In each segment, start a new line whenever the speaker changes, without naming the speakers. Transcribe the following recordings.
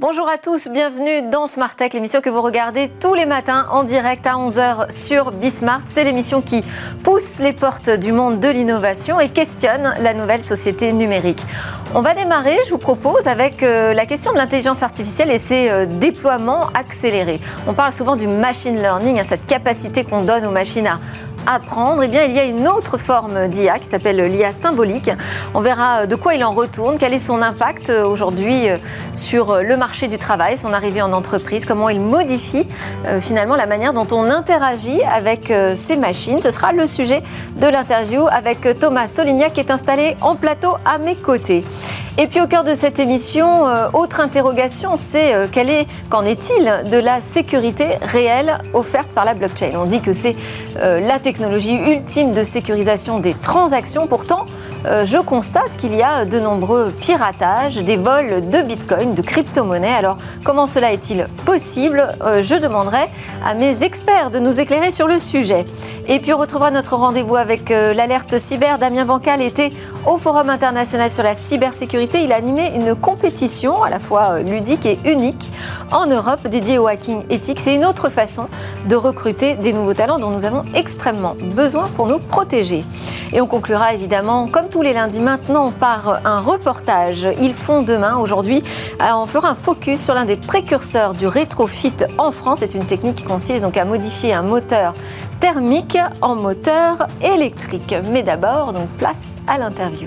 Bonjour à tous, bienvenue dans Smart Tech, l'émission que vous regardez tous les matins en direct à 11h sur Bismart. C'est l'émission qui pousse les portes du monde de l'innovation et questionne la nouvelle société numérique. On va démarrer, je vous propose, avec la question de l'intelligence artificielle et ses déploiements accélérés. On parle souvent du machine learning, cette capacité qu'on donne aux machines à apprendre. Eh bien, il y a une autre forme d'IA qui s'appelle l'IA symbolique. On verra de quoi il en retourne, quel est son impact aujourd'hui sur le marché du travail, son arrivée en entreprise, comment il modifie finalement la manière dont on interagit avec ces machines. Ce sera le sujet de l'interview avec Thomas Solignac qui est installé en plateau à mes côtés. Et puis au cœur de cette émission, autre interrogation, c'est qu'en est-il de la sécurité réelle offerte par la blockchain ? On dit que c'est la technologie ultime de sécurisation des transactions. Pourtant, je constate qu'il y a de nombreux piratages, des vols de bitcoin, de crypto-monnaies. Alors, comment cela est-il possible ? Je demanderai à mes experts de nous éclairer sur le sujet. Et puis, on retrouvera notre rendez-vous avec l'alerte cyber. Damien Bancal était au Forum international sur la cybersécurité. Il a animé une compétition à la fois ludique et unique en Europe dédiée au hacking éthique. C'est une autre façon de recruter des nouveaux talents dont nous avons extrêmement besoin pour nous protéger. Et on conclura évidemment, comme tous les lundis maintenant, par un reportage. Ils font demain. Aujourd'hui, on fera un focus sur l'un des précurseurs du rétrofit en France. C'est une technique qui consiste donc à modifier un moteur thermique en moteur électrique. Mais d'abord, donc place à l'interview.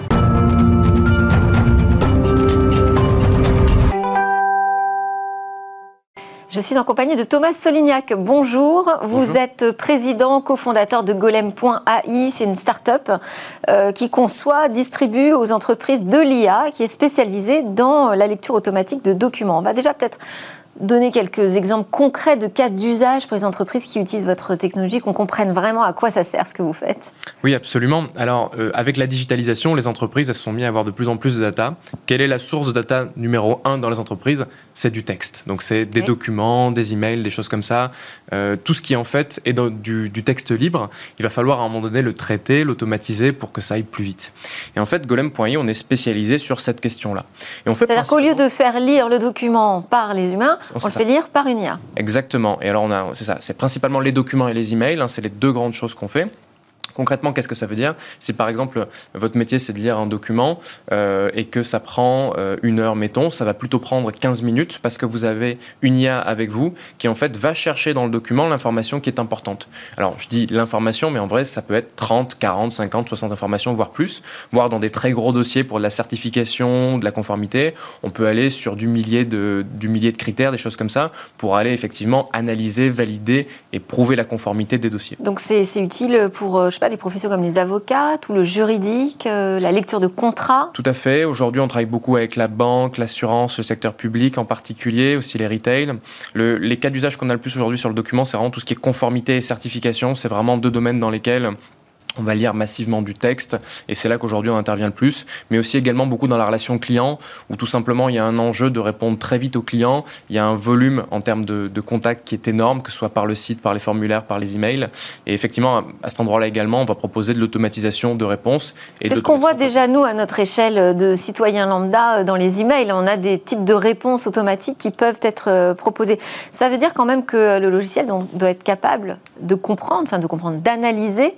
Je suis en compagnie de Thomas Solignac. Bonjour. Vous êtes président, cofondateur de Golem.ai. C'est une start-up qui conçoit, distribue aux entreprises de l'IA, qui est spécialisée dans la lecture automatique de documents. On va déjà peut-être donner quelques exemples concrets de cas d'usage pour les entreprises qui utilisent votre technologie, qu'on comprenne vraiment à quoi ça sert ce que vous faites.
Oui, absolument. Alors, avec la digitalisation, les entreprises elles se sont mises à avoir de plus en plus de data. Quelle est la source de data numéro 1 dans les entreprises ? C'est du texte. Donc, c'est des documents, des emails, des choses comme ça. Tout ce qui, en fait, est du texte libre, il va falloir à un moment donné le traiter, l'automatiser pour que ça aille plus vite. Et en fait, Golem.ai, on est spécialisé sur cette question-là. Et on fait
C'est-à-dire qu'au lieu de faire lire le document par les humains, on le fait lire par une IA.
Exactement. Et alors, c'est ça. C'est principalement les documents et les emails. C'est les deux grandes choses qu'on fait. Concrètement, qu'est-ce que ça veut dire ? Si par exemple, votre métier, c'est de lire un document et que ça prend 1 heure, mettons, ça va plutôt prendre 15 minutes parce que vous avez une IA avec vous qui, en fait, va chercher dans le document l'information qui est importante. Alors, je dis l'information, mais en vrai, ça peut être 30, 40, 50, 60 informations, voire plus. Voire dans des très gros dossiers pour de la certification, de la conformité, on peut aller sur du millier de critères, des choses comme ça, pour aller effectivement analyser, valider et prouver la conformité des dossiers.
Donc, c'est utile pour, des professions comme les avocats, tout le juridique, la lecture de contrats.
Tout à fait. Aujourd'hui, on travaille beaucoup avec la banque, l'assurance, le secteur public en particulier, aussi les retail. Les cas d'usage qu'on a le plus aujourd'hui sur le document, c'est vraiment tout ce qui est conformité et certification. C'est vraiment 2 domaines dans lesquels on va lire massivement du texte et c'est là qu'aujourd'hui on intervient le plus, mais aussi également beaucoup dans la relation client où tout simplement il y a un enjeu de répondre très vite aux clients, il y a un volume en termes de contacts qui est énorme, que ce soit par le site, par les formulaires, par les emails et effectivement à cet endroit-là également on va proposer de l'automatisation de réponses.
C'est ce qu'on voit déjà nous à notre échelle de citoyens lambda dans les emails, on a des types de réponses automatiques qui peuvent être proposées. Ça veut dire quand même que le logiciel doit être capable de comprendre, d'analyser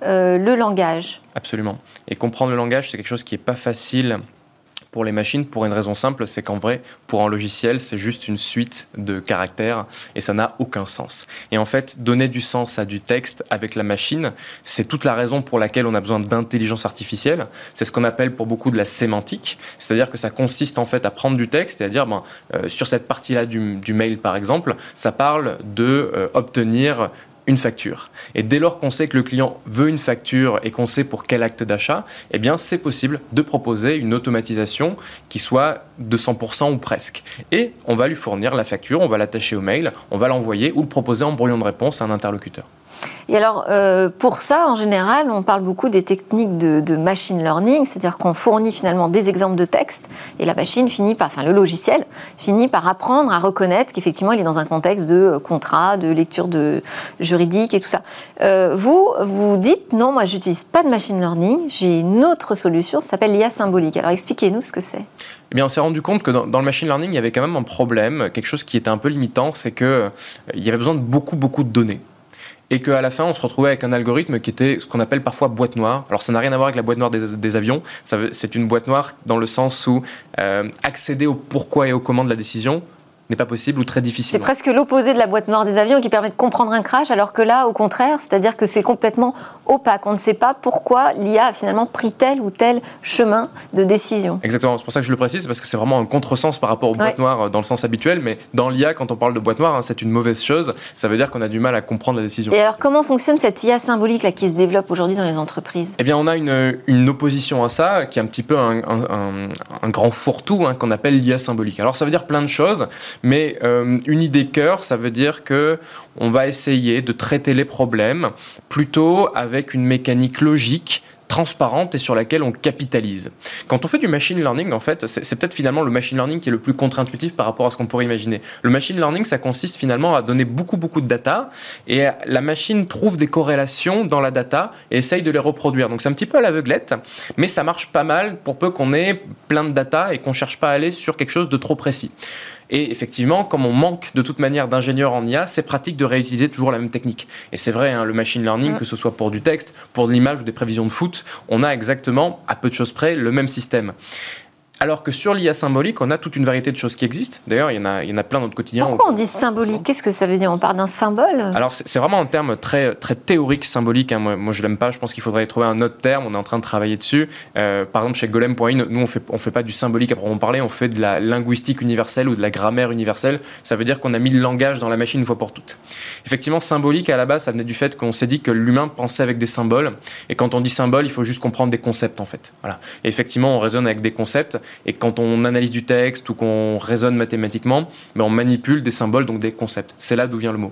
le langage.
Absolument. Et comprendre le langage, c'est quelque chose qui n'est pas facile pour les machines, pour une raison simple, c'est qu'en vrai, pour un logiciel, c'est juste une suite de caractères et ça n'a aucun sens. Et en fait, donner du sens à du texte avec la machine, c'est toute la raison pour laquelle on a besoin d'intelligence artificielle. C'est ce qu'on appelle pour beaucoup de la sémantique, c'est-à-dire que ça consiste en fait à prendre du texte et à dire, sur cette partie-là du mail par exemple, ça parle de obtenir une facture. Et dès lors qu'on sait que le client veut une facture et qu'on sait pour quel acte d'achat, eh bien c'est possible de proposer une automatisation qui soit de 100% ou presque. Et on va lui fournir la facture, on va l'attacher au mail, on va l'envoyer ou le proposer en brouillon de réponse à un interlocuteur.
Et alors, pour ça, en général, on parle beaucoup des techniques de machine learning, c'est-à-dire qu'on fournit finalement des exemples de texte et la machine le logiciel finit par apprendre à reconnaître qu'effectivement, il est dans un contexte de contrat, de lecture juridique et tout ça. Vous dites, non, moi, j'utilise pas de machine learning, j'ai une autre solution, ça s'appelle l'IA symbolique. Alors, expliquez-nous ce que c'est.
Eh bien, on s'est rendu compte que dans le machine learning, il y avait quand même un problème, quelque chose qui était un peu limitant, c'est qu'il y avait besoin de beaucoup de données. Et qu'à la fin, on se retrouvait avec un algorithme qui était ce qu'on appelle parfois boîte noire. Alors, ça n'a rien à voir avec la boîte noire des avions. C'est une boîte noire dans le sens où accéder au pourquoi et au comment de la décision n'est pas possible ou très difficile.
C'est presque l'opposé de la boîte noire des avions qui permet de comprendre un crash, alors que là, au contraire, c'est-à-dire que c'est complètement opaque. On ne sait pas pourquoi l'IA a finalement pris tel ou tel chemin de décision.
Exactement, c'est pour ça que je le précise, parce que c'est vraiment un contresens par rapport aux boîtes noires dans le sens habituel, mais dans l'IA, quand on parle de boîte noire, c'est une mauvaise chose, ça veut dire qu'on a du mal à comprendre la décision.
Et alors, comment fonctionne cette IA symbolique là, qui se développe aujourd'hui dans les entreprises ?
Eh bien, on a une opposition à ça, qui est un petit peu un grand fourre-tout, qu'on appelle l'IA symbolique. Alors, ça veut dire plein de choses, mais une idée cœur, ça veut dire qu'on va essayer de traiter les problèmes plutôt avec une mécanique logique, transparente et sur laquelle on capitalise. Quand on fait du machine learning, en fait, c'est peut-être finalement le machine learning qui est le plus contre-intuitif par rapport à ce qu'on pourrait imaginer. Le machine learning, ça consiste finalement à donner beaucoup de data et la machine trouve des corrélations dans la data et essaye de les reproduire. Donc c'est un petit peu à l'aveuglette, mais ça marche pas mal pour peu qu'on ait plein de data et qu'on cherche pas à aller sur quelque chose de trop précis. Et effectivement, comme on manque de toute manière d'ingénieurs en IA, c'est pratique de réutiliser toujours la même technique. Et c'est vrai, le machine learning, que ce soit pour du texte, pour de l'image ou des prévisions de foot, on a exactement, à peu de choses près, le même système. Alors que sur l'IA symbolique, on a toute une variété de choses qui existent. D'ailleurs, il y en a plein dans notre quotidien.
Pourquoi on dit symbolique ? Qu'est-ce que ça veut dire ? On parle d'un symbole ?
Alors, c'est vraiment un terme très théorique, symbolique. Moi, je l'aime pas. Je pense qu'il faudrait trouver un autre terme. On est en train de travailler dessus. Par exemple, chez Golem.ai, nous, on fait pas du symbolique à proprement parler. On fait de la linguistique universelle ou de la grammaire universelle. Ça veut dire qu'on a mis le langage dans la machine une fois pour toutes. Effectivement, symbolique, à la base, ça venait du fait qu'on s'est dit que l'humain pensait avec des symboles. Et quand on dit symbole, il faut juste comprendre des concepts, en fait. Voilà. Et effectivement, on raisonne avec des concepts. Et quand on analyse du texte ou qu'on raisonne mathématiquement, on manipule des symboles, donc des concepts. C'est là d'où vient le mot.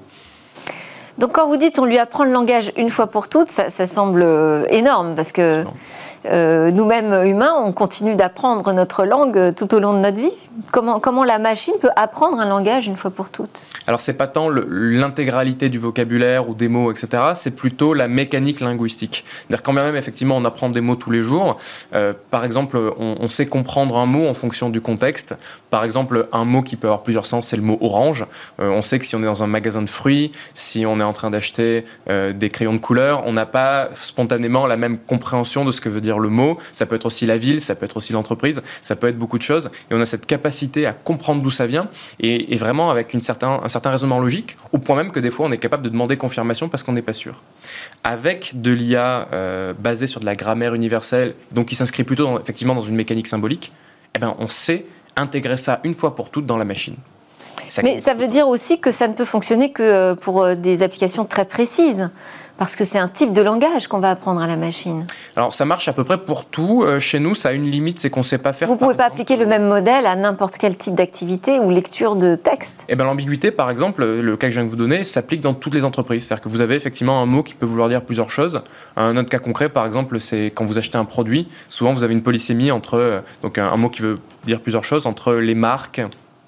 Donc quand vous dites on lui apprend le langage une fois pour toutes, ça semble énorme parce que nous-mêmes humains, on continue d'apprendre notre langue tout au long de notre vie. Comment la machine peut apprendre un langage une fois pour toutes ?
Alors c'est pas tant l'intégralité du vocabulaire ou des mots, etc. C'est plutôt la mécanique linguistique. C'est-à-dire quand même effectivement on apprend des mots tous les jours. Par exemple, on sait comprendre un mot en fonction du contexte. Par exemple, un mot qui peut avoir plusieurs sens, c'est le mot orange. On sait que si on est dans un magasin de fruits, si on est en train d'acheter des crayons de couleur, on n'a pas spontanément la même compréhension de ce que veut dire le mot. Ça peut être aussi la ville, ça peut être aussi l'entreprise, ça peut être beaucoup de choses. Et on a cette capacité à comprendre d'où ça vient et vraiment avec un certain raisonnement logique, au point même que des fois on est capable de demander confirmation parce qu'on n'est pas sûr. Avec de l'IA basée sur de la grammaire universelle, donc qui s'inscrit plutôt effectivement dans une mécanique symbolique, on sait intégrer ça une fois pour toutes dans la machine.
Mais ça veut dire aussi que ça ne peut fonctionner que pour des applications très précises. Parce que c'est un type de langage qu'on va apprendre à la machine.
Alors ça marche à peu près pour tout. Chez nous, ça a une limite, c'est qu'on ne sait pas faire.
Vous ne pouvez pas appliquer le même modèle à n'importe quel type d'activité ou lecture de texte.
L'ambiguïté, par exemple, le cas que je viens de vous donner, s'applique dans toutes les entreprises. C'est-à-dire que vous avez effectivement un mot qui peut vouloir dire plusieurs choses. Un autre cas concret, par exemple, c'est quand vous achetez un produit. Souvent, vous avez une polysémie entre donc un mot qui veut dire plusieurs choses entre les marques,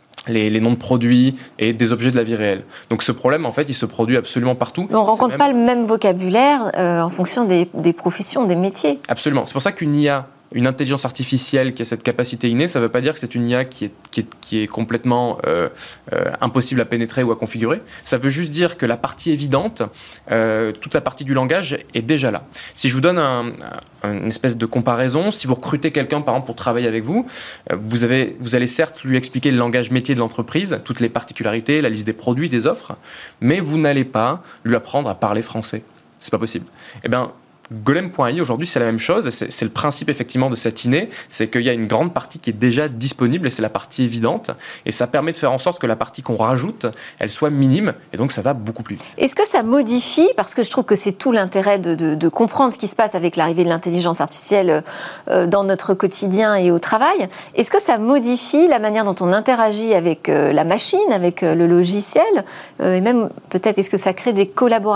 les noms de produits et des objets de la vie réelle. Donc ce problème, en fait, il se produit absolument partout.
On ne rencontre pas le même vocabulaire en fonction des professions, des métiers.
Absolument. C'est pour ça qu'une IA, une intelligence artificielle qui a cette capacité innée, ça ne veut pas dire que c'est une IA qui est complètement impossible à pénétrer ou à configurer. Ça veut juste dire que la partie évidente, toute la partie du langage est déjà là. Si je vous donne une espèce de comparaison, si vous recrutez quelqu'un, par exemple, pour travailler avec vous, vous allez certes lui expliquer le langage métier de l'entreprise, toutes les particularités, la liste des produits, des offres, mais vous n'allez pas lui apprendre à parler français. C'est pas possible. Golem.ai, aujourd'hui, c'est la même chose. C'est le principe, effectivement, de cette innée. C'est qu'il y a une grande partie qui est déjà disponible et c'est la partie évidente. Et ça permet de faire en sorte que la partie qu'on rajoute, elle soit minime. Et donc, ça va beaucoup plus vite.
Est-ce que ça modifie, parce que je trouve que c'est tout l'intérêt de comprendre ce qui se passe avec l'arrivée de l'intelligence artificielle dans notre quotidien et au travail, est-ce que ça modifie la manière dont on interagit avec la machine, avec le logiciel et même, peut-être, est-ce que ça crée des collaborations ?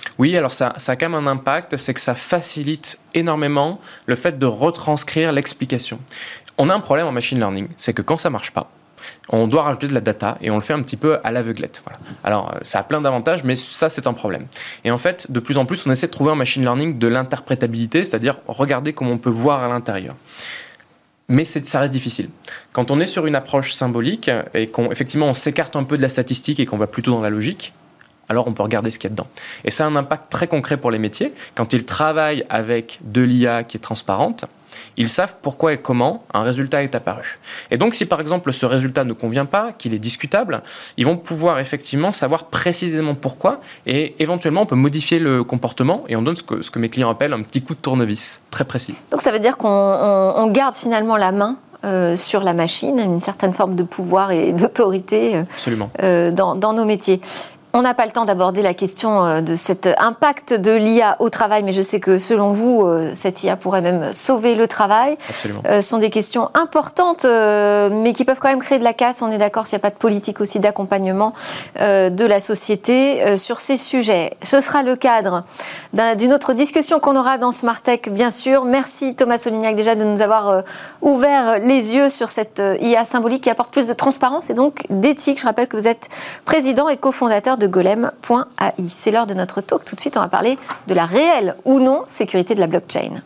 Oui, alors ça a quand même un impact, c'est que ça facilite énormément le fait de retranscrire l'explication. On a un problème en machine learning, c'est que quand ça ne marche pas, on doit rajouter de la data et on le fait un petit peu à l'aveuglette. Voilà. Alors, ça a plein d'avantages, mais ça, c'est un problème. Et en fait, de plus en plus, on essaie de trouver en machine learning de l'interprétabilité, c'est-à-dire regarder comment on peut voir à l'intérieur. Mais ça reste difficile. Quand on est sur une approche symbolique et qu'effectivement on s'écarte un peu de la statistique et qu'on va plutôt dans la logique, alors on peut regarder ce qu'il y a dedans. Et ça a un impact très concret pour les métiers. Quand ils travaillent avec de l'IA qui est transparente, ils savent pourquoi et comment un résultat est apparu. Et donc, si par exemple ce résultat ne convient pas, qu'il est discutable, ils vont pouvoir effectivement savoir précisément pourquoi et éventuellement on peut modifier le comportement et on donne ce que mes clients appellent un petit coup de tournevis, très précis.
Donc ça veut dire qu'on garde finalement la main sur la machine, une certaine forme de pouvoir et d'autorité dans nos métiers. On n'a pas le temps d'aborder la question de cet impact de l'IA au travail, mais je sais que selon vous, cette IA pourrait même sauver le travail.
Absolument.
Ce sont des questions importantes, mais qui peuvent quand même créer de la casse. On est d'accord s'il n'y a pas de politique aussi d'accompagnement de la société sur ces sujets. Ce sera le cadre d'une autre discussion qu'on aura dans Smart Tech, bien sûr. Merci Thomas Solignac déjà de nous avoir ouvert les yeux sur cette IA symbolique qui apporte plus de transparence et donc d'éthique. Je rappelle que vous êtes président et cofondateur de Golem.ai. C'est l'heure de notre talk. Tout de suite, on va parler de la réelle ou non sécurité de la blockchain.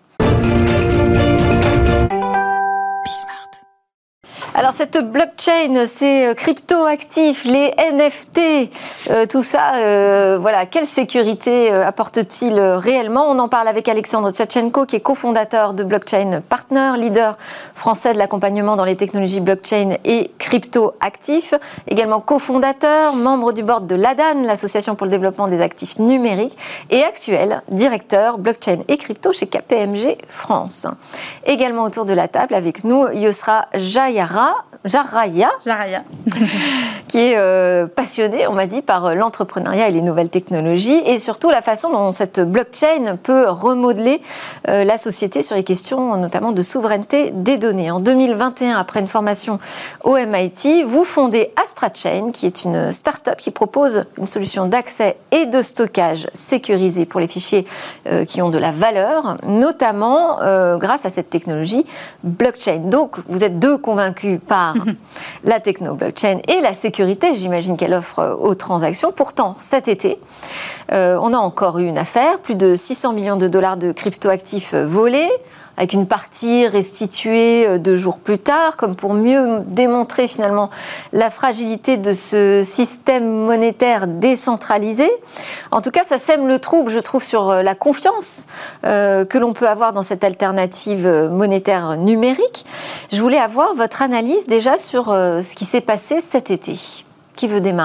Alors cette blockchain, ces crypto-actifs, les NFT, tout ça, voilà, quelle sécurité apporte-t-il réellement ? On en parle avec Alexandre Tchatchenko, qui est cofondateur de Blockchain Partner, leader français de l'accompagnement dans les technologies blockchain et crypto-actifs, également cofondateur, membre du board de l'ADAN, l'association pour le développement des actifs numériques, et actuel directeur blockchain et crypto chez KPMG France. Également autour de la table avec nous, Yosra Jarraya, qui est passionné, on m'a dit, par l'entrepreneuriat et les nouvelles technologies et surtout la façon dont cette blockchain peut remodeler la société sur les questions notamment de souveraineté des données. En 2021, après une formation au MIT, vous fondez AstraChain, qui est une start-up qui propose une solution d'accès et de stockage sécurisé pour les fichiers qui ont de la valeur, notamment grâce à cette technologie blockchain. Donc, vous êtes deux convaincus par la techno-blockchain et la sécurité, j'imagine qu'elle offre aux transactions. Pourtant, cet été, on a encore eu une affaire, plus de 600 millions de dollars de cryptoactifs volés, avec une partie restituée 2 jours plus tard, comme pour mieux démontrer finalement la fragilité de ce système monétaire décentralisé. En tout cas, ça sème le trouble, je trouve, sur la confiance que l'on peut avoir dans cette alternative monétaire numérique. Je voulais avoir votre analyse déjà sur ce qui s'est passé cet été. Qui veut démarrer ?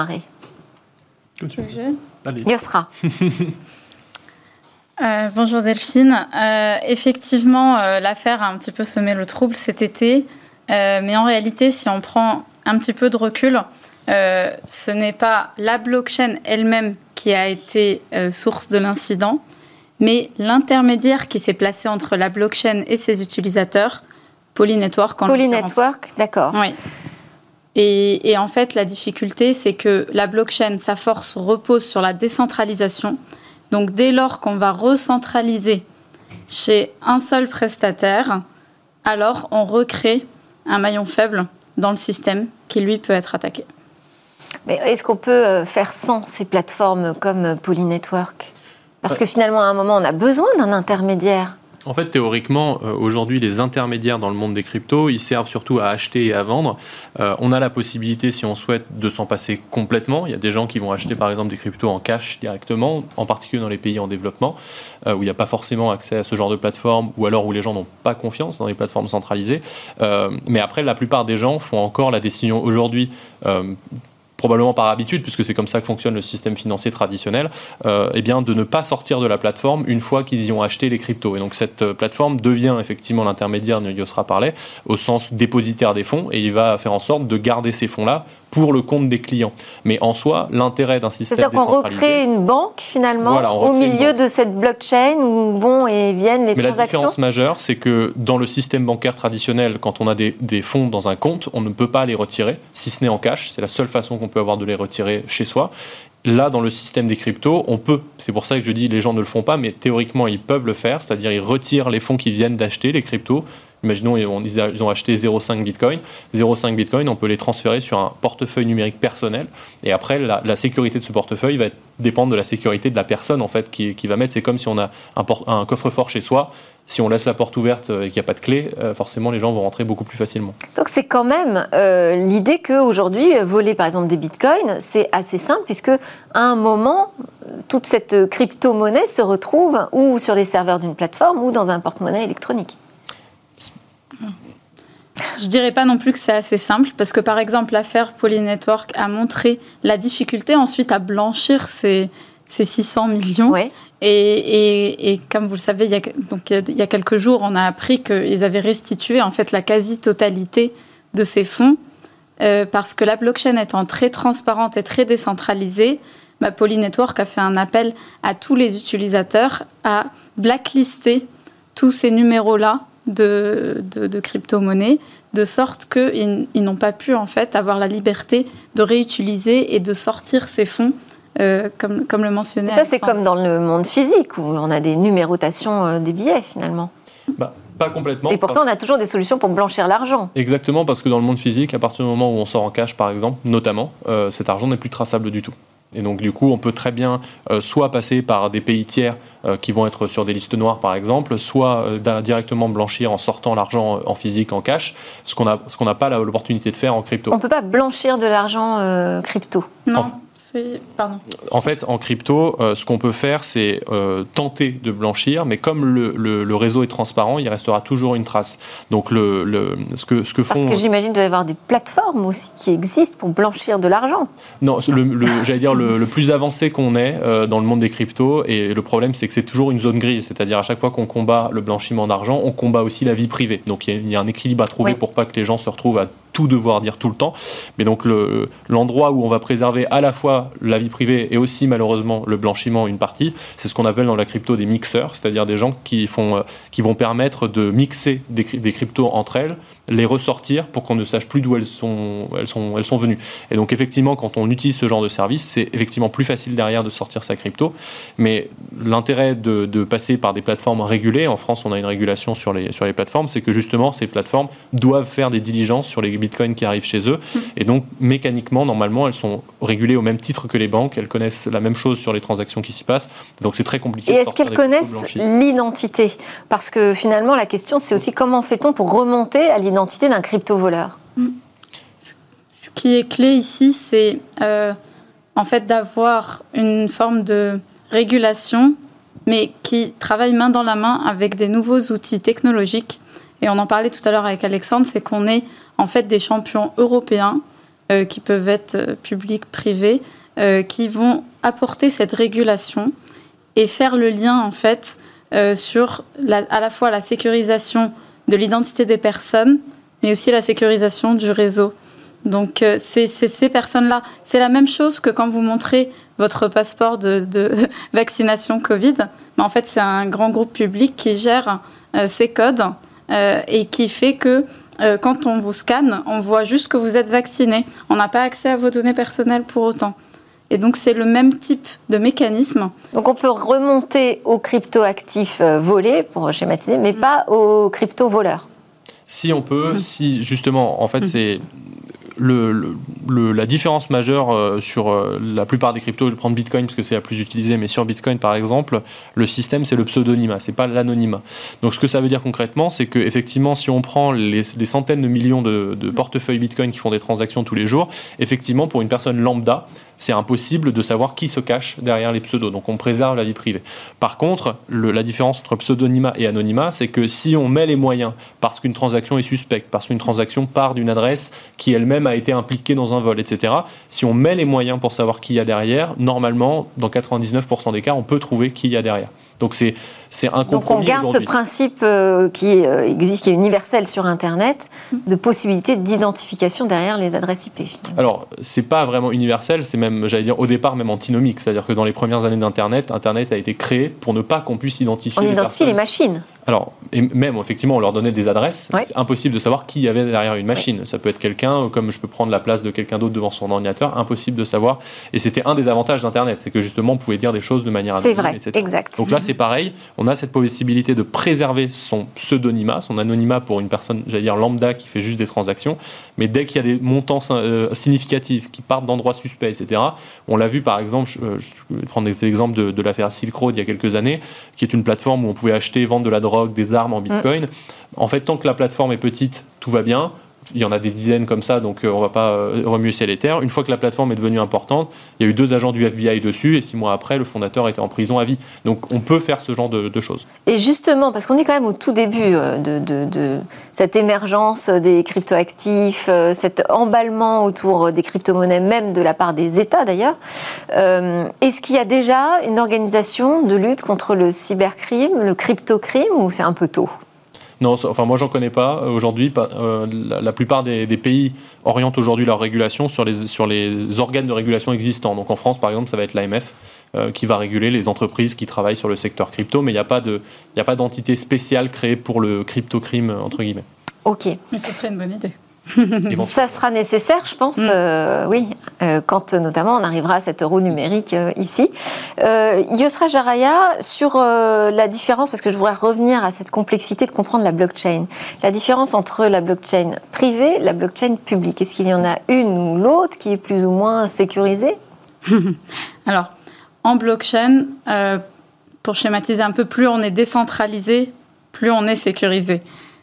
Yosra.
Bonjour Delphine. Effectivement, l'affaire a un petit peu semé le trouble cet été, mais en réalité, si on prend un petit peu de recul, ce n'est pas la blockchain elle-même qui a été source de l'incident, mais l'intermédiaire qui s'est placé entre la blockchain et ses utilisateurs, Polynetwork en l'occurrence.
Polynetwork, d'accord.
Oui. Et en fait, la difficulté, c'est que la blockchain, sa force repose sur la décentralisation. Donc, dès lors qu'on va recentraliser chez un seul prestataire, alors on recrée un maillon faible dans le système qui, lui, peut être attaqué.
Mais est-ce qu'on peut faire sans ces plateformes comme Polynetwork ? Parce que finalement, à un moment, on a besoin d'un intermédiaire.
En fait, théoriquement, aujourd'hui, les intermédiaires dans le monde des cryptos, ils servent surtout à acheter et à vendre. On a la possibilité, si on souhaite, de s'en passer complètement. Il y a des gens qui vont acheter, par exemple, des cryptos en cash directement, en particulier dans les pays en développement, où il n'y a pas forcément accès à ce genre de plateforme, ou alors où les gens n'ont pas confiance dans les plateformes centralisées. Mais après, la plupart des gens font encore la décision aujourd'hui, probablement par habitude, puisque c'est comme ça que fonctionne le système financier traditionnel, eh bien de ne pas sortir de la plateforme une fois qu'ils y ont acheté les cryptos. Et donc cette plateforme devient effectivement l'intermédiaire dont Yosra parlait, au sens dépositaire des fonds, et il va faire en sorte de garder ces fonds-là pour le compte des clients. Mais en soi, l'intérêt d'un système décentralisé...
C'est-à-dire qu'on recrée une banque, finalement, voilà, au milieu de cette blockchain où vont et viennent les transactions.
Mais la différence majeure, c'est que dans le système bancaire traditionnel, quand on a des fonds dans un compte, on ne peut pas les retirer, si ce n'est en cash. C'est la seule façon qu'on peut avoir de les retirer chez soi. Là, dans le système des cryptos, on peut. C'est pour ça que je dis les gens ne le font pas, mais théoriquement, ils peuvent le faire. C'est-à-dire, ils retirent les fonds qu'ils viennent d'acheter, les cryptos. Imaginons, ils ont acheté 0,5 Bitcoin. 0,5 Bitcoin, on peut les transférer sur un portefeuille numérique personnel. Et après, la sécurité de ce portefeuille va dépendre de la sécurité de la personne en fait, qui va mettre. C'est comme si on a un coffre-fort chez soi. Si on laisse la porte ouverte et qu'il n'y a pas de clé, forcément, les gens vont rentrer beaucoup plus facilement.
Donc, c'est quand même l'idée qu'aujourd'hui, voler par exemple des bitcoins, c'est assez simple, puisque à un moment, toute cette crypto-monnaie se retrouve ou sur les serveurs d'une plateforme ou dans un porte-monnaie électronique.
Je dirais pas non plus que c'est assez simple, parce que par exemple, l'affaire Polynetwork a montré la difficulté ensuite à blanchir ces 600 millions.
Ouais.
Et comme vous le savez, il y a quelques jours, on a appris qu'ils avaient restitué en fait la quasi-totalité de ces fonds, parce que la blockchain étant très transparente et très décentralisée, Polynetwork a fait un appel à tous les utilisateurs à blacklister tous ces numéros-là de crypto-monnaies, de sorte qu'ils n'ont pas pu en fait avoir la liberté de réutiliser et de sortir ces fonds. Comme le mentionnait
ça, c'est comme dans le monde physique, où on a des numérotations des billets, finalement.
Pas complètement.
Et pourtant, on a toujours des solutions pour blanchir l'argent.
Exactement, parce que dans le monde physique, à partir du moment où on sort en cash, par exemple, notamment, cet argent n'est plus traçable du tout. Et donc, du coup, on peut très bien soit passer par des pays tiers qui vont être sur des listes noires, par exemple, soit directement blanchir en sortant l'argent en physique, en cash, ce qu'on n'a pas l'opportunité de faire en crypto.
On ne peut pas blanchir de l'argent crypto.
Non. Pardon.
En fait, en crypto, ce qu'on peut faire, c'est tenter de blanchir, mais comme le réseau est transparent, il restera toujours une trace. Donc, ce que font...
Parce que j'imagine qu'il doit y avoir des plateformes aussi qui existent pour blanchir de l'argent.
Non, j'allais dire le plus avancé qu'on ait dans le monde des cryptos, et le problème, c'est que c'est toujours une zone grise, c'est-à-dire à chaque fois qu'on combat le blanchiment d'argent, on combat aussi la vie privée. Donc, il y a un équilibre à trouver pour pas que les gens se retrouvent à tout devoir dire tout le temps. Mais donc, l'endroit où on va préserver à la fois la vie privée et aussi, malheureusement, le blanchiment, une partie, c'est ce qu'on appelle dans la crypto des mixeurs, c'est-à-dire des gens qui vont permettre de mixer des cryptos entre elles, les ressortir pour qu'on ne sache plus d'où elles sont venues. Et donc, effectivement, quand on utilise ce genre de service, c'est effectivement plus facile derrière de sortir sa crypto. Mais l'intérêt de passer par des plateformes régulées, en France, on a une régulation sur les plateformes, c'est que justement, ces plateformes doivent faire des diligences sur les bitcoins qui arrivent chez eux. Et donc, mécaniquement, normalement, elles sont régulées au même titre que les banques. Elles connaissent la même chose sur les transactions qui s'y passent. Donc, c'est très compliqué.
Et est-ce qu'elles connaissent l'identité ? Parce que finalement, la question, c'est aussi comment fait-on pour remonter à l'identité d'un crypto-voleur ?
Ce qui est clé ici, c'est en fait d'avoir une forme de régulation, mais qui travaille main dans la main avec des nouveaux outils technologiques. Et on en parlait tout à l'heure avec Alexandre, c'est qu'on est en fait des champions européens qui peuvent être publics, privés, qui vont apporter cette régulation et faire le lien en fait sur à la fois la sécurisation de l'identité des personnes, mais aussi la sécurisation du réseau. Donc, c'est ces personnes-là. C'est la même chose que quand vous montrez votre passeport de vaccination Covid. Mais en fait, c'est un grand groupe public qui gère ces codes et qui fait que quand on vous scanne, on voit juste que vous êtes vacciné. On n'a pas accès à vos données personnelles pour autant. Et donc, c'est le même type de mécanisme.
Donc, on peut remonter aux crypto-actifs volés, pour schématiser, mais pas aux crypto-voleurs.
Si on peut, si justement, en fait, c'est la différence majeure sur la plupart des cryptos. Je vais prendre Bitcoin parce que c'est la plus utilisée, mais sur Bitcoin, par exemple, le système, c'est le pseudonymat, c'est pas l'anonymat. Donc, ce que ça veut dire concrètement, c'est que effectivement, si on prend les centaines de millions de portefeuilles Bitcoin qui font des transactions tous les jours, effectivement, pour une personne lambda, c'est impossible de savoir qui se cache derrière les pseudos. Donc, on préserve la vie privée. Par contre, la différence entre pseudonymat et anonymat, c'est que si on met les moyens, parce qu'une transaction est suspecte, parce qu'une transaction part d'une adresse qui elle-même a été impliquée dans un vol, etc., si on met les moyens pour savoir qui il y a derrière, normalement, dans 99% des cas, on peut trouver qui il y a derrière. Donc, c'est c'est un
Donc
compromis.
on garde ce principe qui existe, qui est universel sur Internet, de possibilité d'identification derrière les adresses IP. Finalement.
Alors, c'est pas vraiment universel, c'est même, j'allais dire, au départ même antinomique. C'est-à-dire que dans les premières années d'Internet, Internet a été créé pour ne pas qu'on puisse identifier
on
les
identifie
personnes.
les machines.
Alors, et même, effectivement, on leur donnait des adresses.
Ouais.
C'est impossible de savoir qui y avait derrière une machine. Ça peut être quelqu'un, comme je peux prendre la place de quelqu'un d'autre devant son ordinateur, impossible de savoir. Et c'était un des avantages d'Internet, c'est que justement, on pouvait dire des choses de manière anonyme,
C'est vrai,
etc.
exact.
Donc là, c'est pareil. On a cette possibilité de préserver son pseudonymat, son anonymat pour une personne, j'allais dire lambda, qui fait juste des transactions. Mais dès qu'il y a des montants significatifs qui partent d'endroits suspects, etc., on l'a vu par exemple, je vais prendre des exemples de l'affaire Silk Road il y a quelques années, qui est une plateforme où on pouvait acheter, vendre de la drogue, des armes en Bitcoin. En fait, tant que la plateforme est petite, tout va bien. Il y en a des dizaines comme ça, donc on ne va pas remuer ciel et terre. Une fois que la plateforme est devenue importante, il y a eu 2 agents du FBI dessus, et 6 mois après, le fondateur était en prison à vie. Donc on peut faire ce genre de choses.
Et justement, parce qu'on est quand même au tout début de cette émergence des cryptoactifs, cet emballement autour des crypto-monnaies, même de la part des États d'ailleurs, est-ce qu'il y a déjà une organisation de lutte contre le cybercrime, le cryptocrime, ou c'est un peu tôt ?
Non, enfin moi j'en connais pas aujourd'hui. La plupart des pays orientent aujourd'hui leur régulation sur les organes de régulation existants. Donc en France par exemple ça va être l'AMF qui va réguler les entreprises qui travaillent sur le secteur crypto, mais il n'y a pas d'entité spéciale créée pour le crypto-crime entre guillemets.
Ok.
Mais ce serait une bonne idée.
Ça sera nécessaire, je pense, oui, quand notamment on arrivera à cet euro numérique ici. Yosra Jaraya, sur la différence, parce que je voudrais revenir à cette complexité de comprendre la blockchain, la différence entre la blockchain privée et la blockchain publique. Est-ce qu'il y en a une ou l'autre qui est plus ou moins sécurisée ?
Alors, en blockchain, pour schématiser un peu, plus on est décentralisé, plus on est sécurisé.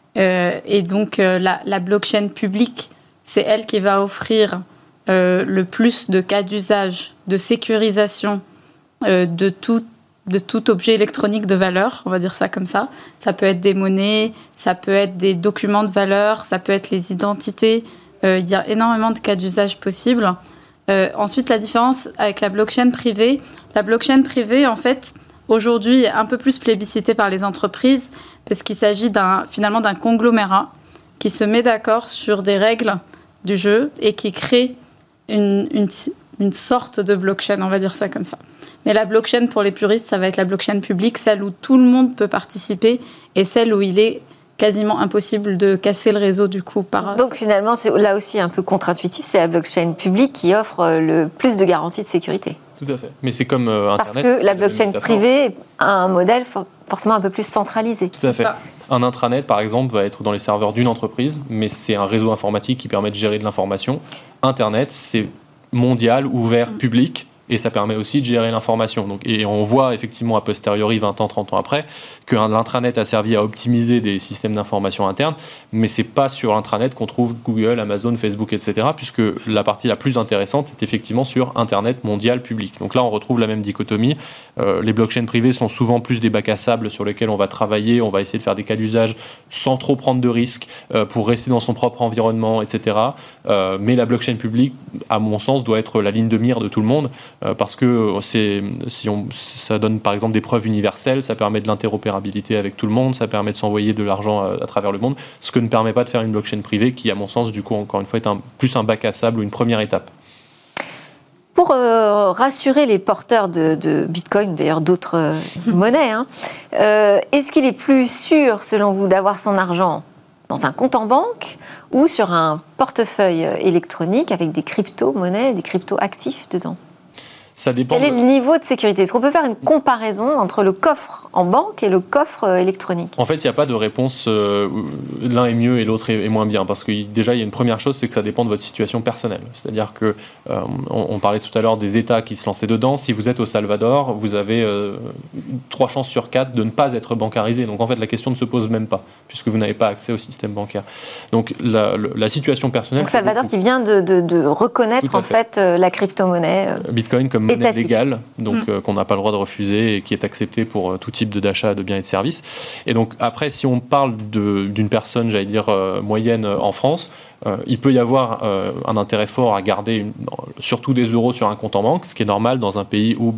Et donc, la blockchain publique, c'est elle qui va offrir le plus de cas d'usage, de sécurisation de tout objet électronique de valeur, on va dire ça comme ça. Ça peut être des monnaies, ça peut être des documents de valeur, ça peut être les identités. Il y a énormément de cas d'usage possibles. Ensuite, la différence avec la blockchain privée, en fait, aujourd'hui, est un peu plus plébiscitée par les entreprises parce qu'il s'agit finalement d'un conglomérat qui se met d'accord sur des règles du jeu et qui crée une sorte de blockchain, on va dire ça comme ça. Mais la blockchain, pour les puristes, ça va être la blockchain publique, celle où tout le monde peut participer et celle où il est quasiment impossible de casser le réseau du coup.
Donc finalement, c'est là aussi un peu contre-intuitif, c'est la blockchain publique qui offre le plus de garanties de sécurité.
Tout à fait. Mais c'est comme Internet.
Parce que la blockchain privée a un modèle forcément un peu plus centralisé.
Tout à fait. Un intranet, par exemple, va être dans les serveurs d'une entreprise, mais c'est un réseau informatique qui permet de gérer de l'information. Internet, c'est mondial, ouvert, public, et ça permet aussi de gérer l'information. Donc, et on voit effectivement a posteriori, 20 ans, 30 ans après, que l'intranet a servi à optimiser des systèmes d'information internes, mais ce n'est pas sur l'intranet qu'on trouve Google, Amazon, Facebook, etc., puisque la partie la plus intéressante est effectivement sur Internet mondial public. Donc là, on retrouve la même dichotomie. Les blockchains privées sont souvent plus des bacs à sable sur lesquels on va travailler, on va essayer de faire des cas d'usage sans trop prendre de risques pour rester dans son propre environnement, etc. Mais la blockchain publique, à mon sens, doit être la ligne de mire de tout le monde, parce que ça donne par exemple des preuves universelles, ça permet de l'interopérabilité avec tout le monde, ça permet de s'envoyer de l'argent à travers le monde, ce que ne permet pas de faire une blockchain privée qui, à mon sens, du coup, encore une fois, est plus un bac à sable ou une première étape.
Pour rassurer les porteurs de Bitcoin, d'ailleurs d'autres monnaies, est-ce qu'il est plus sûr, selon vous, d'avoir son argent dans un compte en banque ou sur un portefeuille électronique avec des crypto-monnaies, des crypto-actifs dedans ?
Ça dépend.
Quel est le niveau de sécurité ? Est-ce qu'on peut faire une comparaison entre le coffre en banque et le coffre électronique ?
En fait, il n'y a pas de réponse l'un est mieux et l'autre est moins bien. Parce que déjà, il y a une première chose, c'est que ça dépend de votre situation personnelle. C'est-à-dire que on parlait tout à l'heure des États qui se lançaient dedans. Si vous êtes au Salvador, vous avez 3 chances sur 4 de ne pas être bancarisé. Donc en fait, la question ne se pose même pas, puisque vous n'avez pas accès au système bancaire. Donc la situation personnelle...
Donc Salvador qui vient de reconnaître en fait la crypto-monnaie.
Bitcoin comme monnaie légale, donc qu'on n'a pas le droit de refuser et qui est acceptée pour tout type d'achat de biens et de services. Et donc après, si on parle d'une personne, j'allais dire moyenne en France, il peut y avoir un intérêt fort à garder surtout des euros sur un compte en banque, ce qui est normal dans un pays où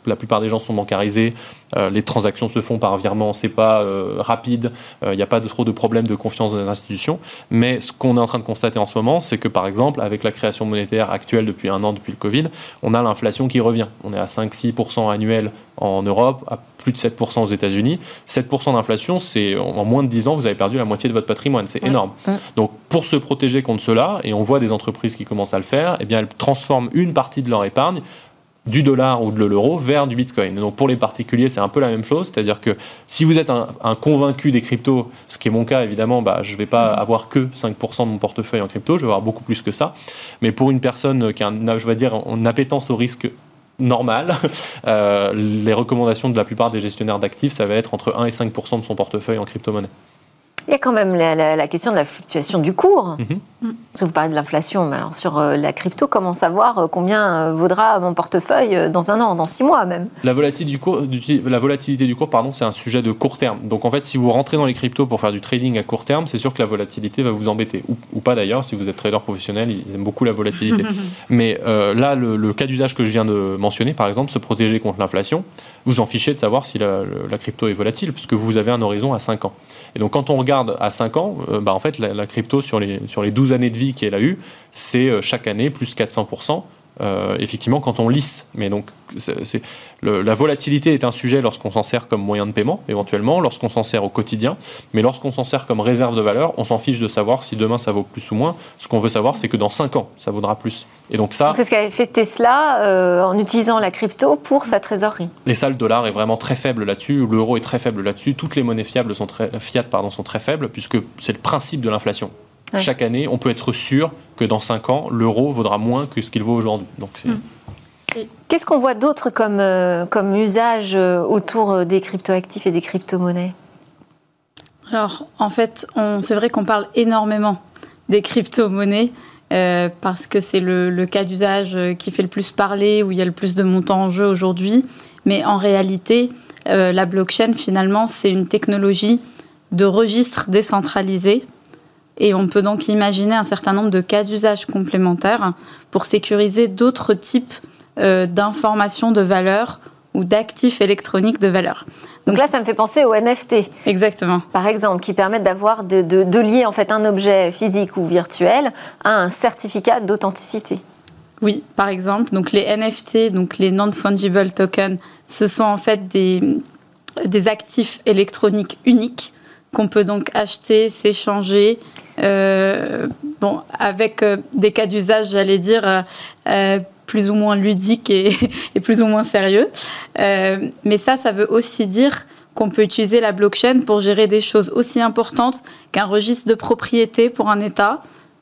la plupart des gens sont bancarisés, les transactions se font par virement, c'est pas rapide, il n'y a pas trop de problèmes de confiance dans les institutions. Mais ce qu'on est en train de constater en ce moment, c'est que par exemple, avec la création monétaire actuelle depuis un an, depuis le Covid, on a l'inflation qui revient. On est à 5-6% annuel en Europe, à plus de 7% aux États-Unis. 7% d'inflation, c'est en moins de 10 ans, vous avez perdu la moitié de votre patrimoine. C'est énorme. Donc, pour se protéger contre cela, et on voit des entreprises qui commencent à le faire, eh bien, elles transforment une partie de leur épargne du dollar ou de l'euro vers du bitcoin. Donc pour les particuliers, c'est un peu la même chose, c'est-à-dire que si vous êtes un convaincu des cryptos, ce qui est mon cas évidemment, je ne vais pas avoir que 5% de mon portefeuille en crypto, je vais avoir beaucoup plus que ça. Mais pour une personne qui a une appétence au risque normal, les recommandations de la plupart des gestionnaires d'actifs, ça va être entre 1 et 5% de son portefeuille en crypto-monnaie.
Il y a quand même la question de la fluctuation du cours. Parce que vous parlez de l'inflation, mais alors sur la crypto, comment savoir combien vaudra mon portefeuille dans un an, dans 6 mois même?
La volatilité du cours, c'est un sujet de court terme. Donc en fait, si vous rentrez dans les cryptos pour faire du trading à court terme, c'est sûr que la volatilité va vous embêter. Ou pas d'ailleurs, si vous êtes trader professionnel, ils aiment beaucoup la volatilité. Mais là, le cas d'usage que je viens de mentionner, par exemple, se protéger contre l'inflation, vous en fichez de savoir si la crypto est volatile, puisque vous avez un horizon à 5 ans. Et donc quand on regarde à 5 ans, en fait, la crypto sur les 12 années de vie qu'elle a eues, c'est chaque année plus 400%. Effectivement, quand on lisse. Mais donc, la volatilité est un sujet lorsqu'on s'en sert comme moyen de paiement, éventuellement, lorsqu'on s'en sert au quotidien. Mais lorsqu'on s'en sert comme réserve de valeur, on s'en fiche de savoir si demain ça vaut plus ou moins. Ce qu'on veut savoir, c'est que dans 5 ans, ça vaudra plus. Et donc ça...
C'est ce qu'avait fait Tesla en utilisant la crypto pour sa trésorerie.
Et ça, le dollar est vraiment très faible là-dessus, l'euro est très faible là-dessus. Toutes les monnaies fiat sont très faibles, puisque c'est le principe de l'inflation. Ouais. Chaque année, on peut être sûr que dans 5 ans, l'euro vaudra moins que ce qu'il vaut aujourd'hui. Donc,
qu'est-ce qu'on voit d'autre comme usage autour des cryptoactifs et des crypto-monnaies?
Alors, en fait, c'est vrai qu'on parle énormément des crypto-monnaies parce que c'est le cas d'usage qui fait le plus parler, où il y a le plus de montants en jeu aujourd'hui. Mais en réalité, la blockchain, finalement, c'est une technologie de registre décentralisé. Et on peut donc imaginer un certain nombre de cas d'usage complémentaires pour sécuriser d'autres types d'informations de valeur ou d'actifs électroniques de valeur.
Donc là, ça me fait penser aux NFT.
Exactement.
Par exemple, qui permettent d'avoir de lier en fait un objet physique ou virtuel à un certificat d'authenticité.
Oui, par exemple. Donc les NFT, donc les non-fungible tokens, ce sont en fait des actifs électroniques uniques qu'on peut donc acheter, s'échanger, avec des cas d'usage, j'allais dire, plus ou moins ludiques et plus ou moins sérieux. Mais ça veut aussi dire qu'on peut utiliser la blockchain pour gérer des choses aussi importantes qu'un registre de propriété pour un État,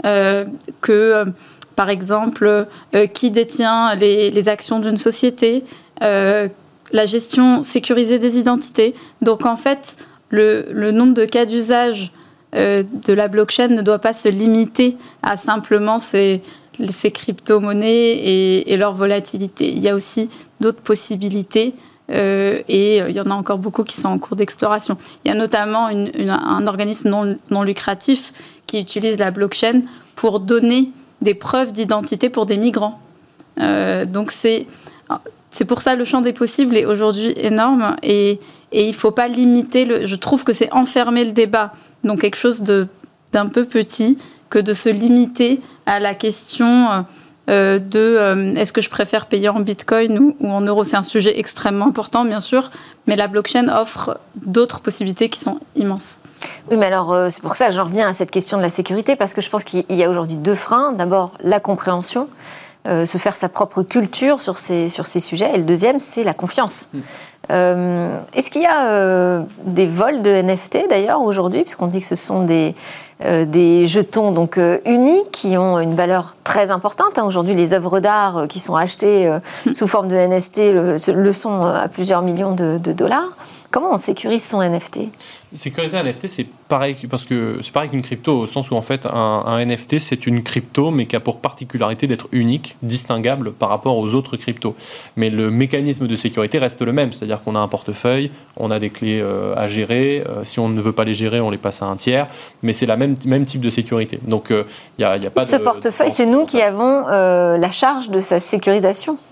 par exemple, qui détient les actions d'une société, la gestion sécurisée des identités. Donc en fait, le nombre de cas d'usage de la blockchain ne doit pas se limiter à simplement ces crypto-monnaies et leur volatilité. Il y a aussi d'autres possibilités et il y en a encore beaucoup qui sont en cours d'exploration. Il y a notamment un organisme non lucratif qui utilise la blockchain pour donner des preuves d'identité pour des migrants. Donc c'est pour ça le champ des possibles est aujourd'hui énorme et il ne faut pas limiter. Je trouve que c'est enfermer le débat dans quelque chose d'un peu petit que de se limiter à la question est-ce que je préfère payer en bitcoin ou en euros. C'est un sujet extrêmement important, bien sûr, mais la blockchain offre d'autres possibilités qui sont immenses.
Oui, mais alors c'est pour ça que j'en reviens à cette question de la sécurité, parce que je pense qu'il y a aujourd'hui 2 freins. D'abord, la compréhension, se faire sa propre culture sur ces sujets, et le deuxième, c'est la confiance. Est-ce qu'il y a des vols de NFT d'ailleurs aujourd'hui, puisqu'on dit que ce sont des jetons donc uniques qui ont une valeur très importante. Aujourd'hui, les œuvres d'art qui sont achetées sous forme de NFT le sont à plusieurs millions de dollars. Comment on sécurise son NFT ?
Sécuriser un NFT, c'est pareil, parce que c'est pareil qu'une crypto, au sens où en fait un NFT, c'est une crypto, mais qui a pour particularité d'être unique, distinguable par rapport aux autres cryptos. Mais le mécanisme de sécurité reste le même, c'est-à-dire qu'on a un portefeuille, on a des clés à gérer, si on ne veut pas les gérer, on les passe à un tiers, mais c'est la même type de sécurité. Donc il y a pas
Ce portefeuille, c'est nous qui avons la charge de sa sécurisation.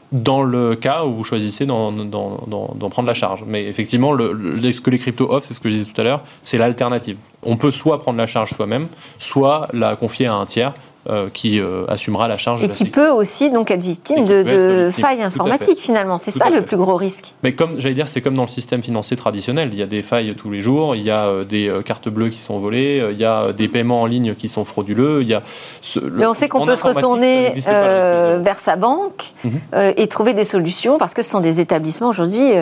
dans le cas où vous choisissez d'en prendre la charge. Mais effectivement, ce que les cryptos offrent, c'est ce que je disais tout à l'heure, c'est l'alternative. On peut soit prendre la charge soi-même, soit la confier à un tiers qui assumera la charge.
Et qui peut aussi donc être victime de failles informatiques finalement. C'est ça le plus gros risque.
Mais comme j'allais dire, c'est comme dans le système financier traditionnel. Il y a des failles tous les jours, il y a des cartes bleues qui sont volées, il y a des paiements en ligne qui sont frauduleux.
Mais on sait qu'on peut se retourner vers sa banque et trouver des solutions parce que ce sont des établissements aujourd'hui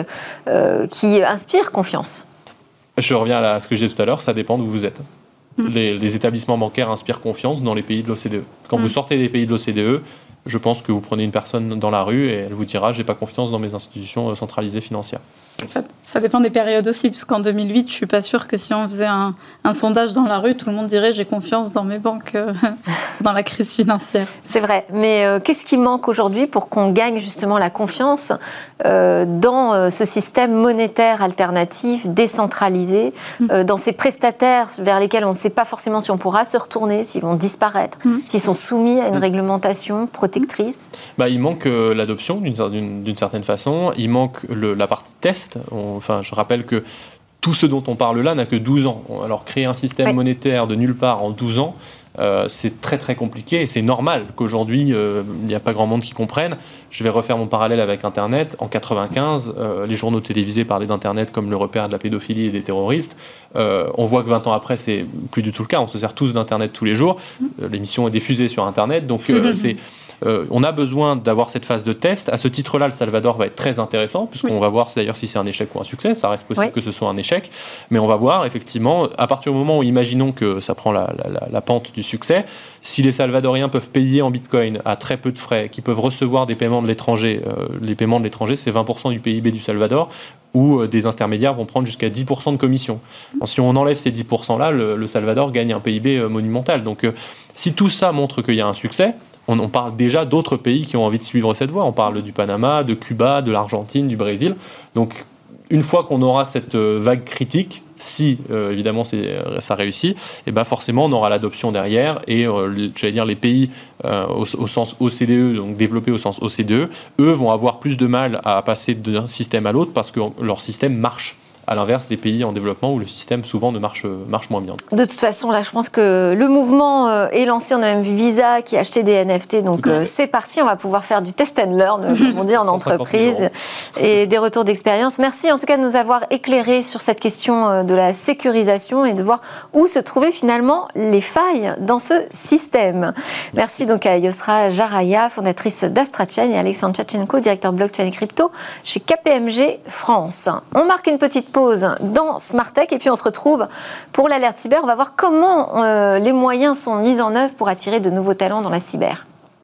qui inspirent confiance.
Je reviens à ce que je disais tout à l'heure, ça dépend d'où vous êtes. Les établissements bancaires inspirent confiance dans les pays de l'OCDE. Quand vous sortez des pays de l'OCDE, je pense que vous prenez une personne dans la rue et elle vous dira « j'ai pas confiance dans mes institutions centralisées financières ».
Ça dépend des périodes aussi, parce qu'en 2008, je suis pas sûre que si on faisait un sondage dans la rue, tout le monde dirait « j'ai confiance dans mes banques dans la crise financière ». C'est
vrai, mais qu'est-ce qui manque aujourd'hui pour qu'on gagne justement la confiance dans ce système monétaire alternatif, décentralisé, dans ces prestataires vers lesquels on ne sait pas forcément si on pourra se retourner, s'ils vont disparaître, s'ils sont soumis à une réglementation protectrice?
Il manque l'adoption d'une certaine façon, il manque la partie test. Je rappelle que tout ce dont on parle là n'a que 12 ans. Alors créer un système monétaire de nulle part en 12 ans, c'est très très compliqué et c'est normal qu'aujourd'hui il n'y a pas grand monde qui comprenne. Je vais refaire mon parallèle avec Internet. En 1995, les journaux télévisés parlaient d'Internet comme le repère de la pédophilie et des terroristes. On voit que 20 ans après, c'est plus du tout le cas. On se sert tous d'Internet tous les jours. L'émission est diffusée sur Internet, donc on a besoin d'avoir cette phase de test. À ce titre-là, le Salvador va être très intéressant, puisqu'on va voir d'ailleurs si c'est un échec ou un succès. Ça reste possible que ce soit un échec, mais on va voir effectivement, à partir du moment où imaginons que ça prend la pente du succès, si les Salvadoriens peuvent payer en Bitcoin à très peu de frais, qu'ils peuvent recevoir des paiements de l'étranger, les paiements de l'étranger, c'est 20% du PIB du Salvador, où des intermédiaires vont prendre jusqu'à 10% de commission. Alors, si on enlève ces 10%-là, le Salvador gagne un PIB monumental. Donc si tout ça montre qu'il y a un succès, on parle déjà d'autres pays qui ont envie de suivre cette voie. On parle du Panama, de Cuba, de l'Argentine, du Brésil. Donc, une fois qu'on aura cette vague critique, si évidemment ça réussit, et forcément on aura l'adoption derrière. Et j'allais dire les pays au sens OCDE, donc développés au sens OCDE, eux vont avoir plus de mal à passer d'un système à l'autre parce que leur système marche. À l'inverse des pays en développement où le système souvent marche moins bien.
De toute façon, là, je pense que le mouvement est lancé. On a même vu Visa qui a acheté des NFT. Donc, c'est parti. On va pouvoir faire du test and learn, comme on dit, en entreprise et des retours d'expérience. Merci en tout cas de nous avoir éclairé sur cette question de la sécurisation et de voir où se trouvaient finalement les failles dans ce système. Merci donc à Yosra Jaraya, fondatrice d'AstraChain, et Alexandre Tchatchenko, directeur blockchain et crypto chez KPMG France. On marque une petite pause dans Smart Tech et puis on se retrouve pour l'alerte cyber. On va voir comment les moyens sont mis en œuvre pour attirer de nouveaux talents dans la cyber.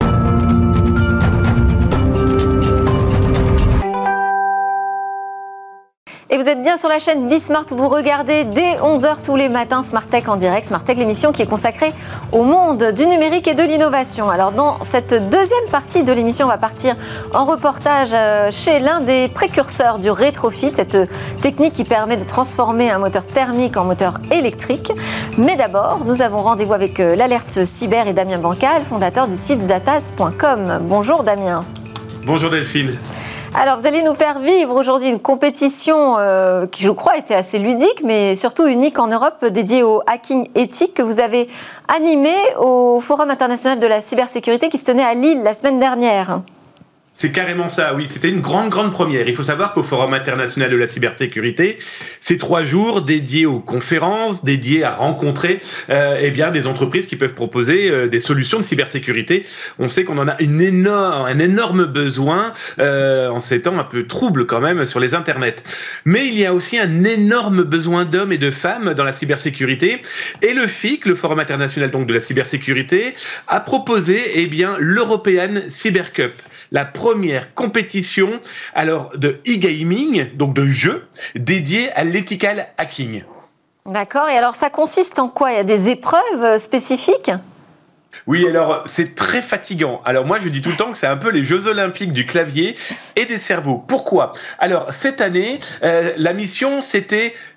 Et vous êtes bien sur la chaîne Bismart où vous regardez dès 11h tous les matins Smart Tech en direct. Smart Tech, l'émission qui est consacrée au monde du numérique et de l'innovation. Alors dans cette deuxième partie de l'émission, on va partir en reportage chez l'un des précurseurs du rétrofit, cette technique qui permet de transformer un moteur thermique en moteur électrique. Mais d'abord, nous avons rendez-vous avec l'alerte cyber et Damien Bancal, fondateur du site zataz.com. Bonjour Damien.
Bonjour Delphine.
Alors, vous allez nous faire vivre aujourd'hui une compétition qui, je crois, était assez ludique, mais surtout unique en Europe, dédiée au hacking éthique que vous avez animé au Forum international de la cybersécurité qui se tenait à Lille la semaine dernière.
C'est carrément ça, oui. C'était une grande première. Il faut savoir qu'au Forum international de la cybersécurité, c'est 3 jours dédiés aux conférences, dédiés à rencontrer des entreprises qui peuvent proposer des solutions de cybersécurité. On sait qu'on en a un énorme besoin en ces temps un peu troubles quand même sur les internets. Mais il y a aussi un énorme besoin d'hommes et de femmes dans la cybersécurité. Et le FIC, le Forum international donc de la cybersécurité, a proposé l'European Cyber Cup. La première compétition de e-gaming, donc de jeux, dédiée à l'ethical hacking.
D'accord, et alors ça consiste en quoi? Il y a des épreuves spécifiques?
Oui, alors c'est très fatigant. Alors moi je dis tout le temps que c'est un peu les Jeux Olympiques du clavier et des cerveaux. Pourquoi? Alors cette année, la mission c'était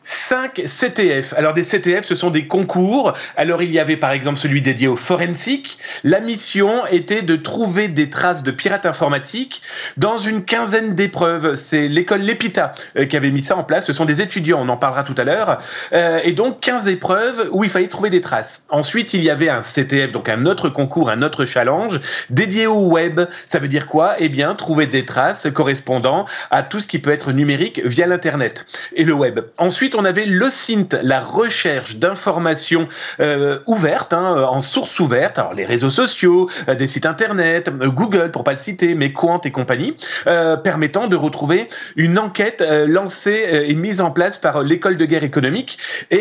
5 CTF. Alors des CTF, ce sont des concours. Alors il y avait par exemple celui dédié au forensique. La mission était de trouver des traces de pirates informatiques dans une quinzaine d'épreuves. C'est l'école L'Epita qui avait mis ça en place. Ce sont des étudiants, on en parlera tout à l'heure. Et donc 15 épreuves où il fallait trouver des traces. Ensuite, il y avait un CTF, donc un autre concours, un autre challenge dédié au web. Ça veut dire quoi ? Eh bien, trouver des traces correspondant à tout ce qui peut être numérique via l'Internet et le web. Ensuite, on avait le SINT, la recherche d'informations ouvertes, en source ouverte, alors les réseaux sociaux, des sites internet, Google pour pas le citer, mais Quant et compagnie, permettant de retrouver une enquête lancée et mise en place par l'école de guerre économique et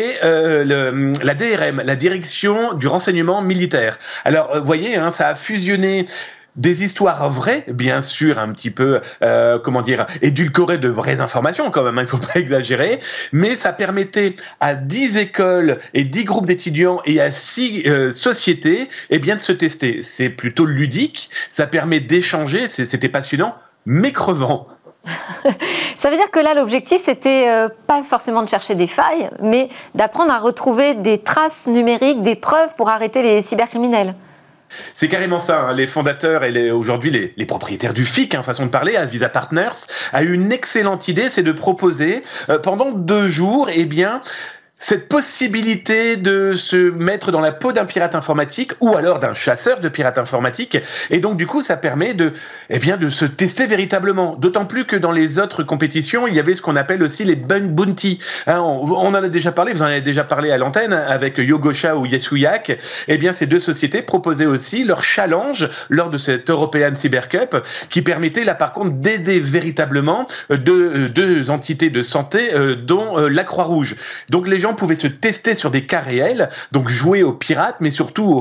la DRM, la direction du renseignement militaire. Alors, vous voyez, ça a fusionné des histoires vraies, bien sûr, un petit peu, édulcorées de vraies informations quand même, il ne faut pas exagérer, mais ça permettait à 10 écoles et 10 groupes d'étudiants et à 6 sociétés de se tester. C'est plutôt ludique, ça permet d'échanger, c'était passionnant, mais crevant.
Ça veut dire que là, l'objectif, c'était pas forcément de chercher des failles, mais d'apprendre à retrouver des traces numériques, des preuves pour arrêter les cybercriminels.
C'est carrément ça. Les fondateurs et aujourd'hui les propriétaires du FIC, façon de parler, Visa Partners, a eu une excellente idée, c'est de proposer pendant 2 jours, cette possibilité de se mettre dans la peau d'un pirate informatique ou alors d'un chasseur de pirates informatiques. Et donc, du coup, ça permet de se tester véritablement. D'autant plus que dans les autres compétitions, il y avait ce qu'on appelle aussi les bug bounty. On en a déjà parlé, vous en avez déjà parlé à l'antenne avec Yogosha ou Yesuyak. Ces 2 sociétés proposaient aussi leur challenge lors de cette European Cyber Cup qui permettait là, par contre, d'aider véritablement 2 entités de santé, dont la Croix-Rouge. Donc, les gens pouvaient se tester sur des cas réels, donc jouer aux pirates, mais surtout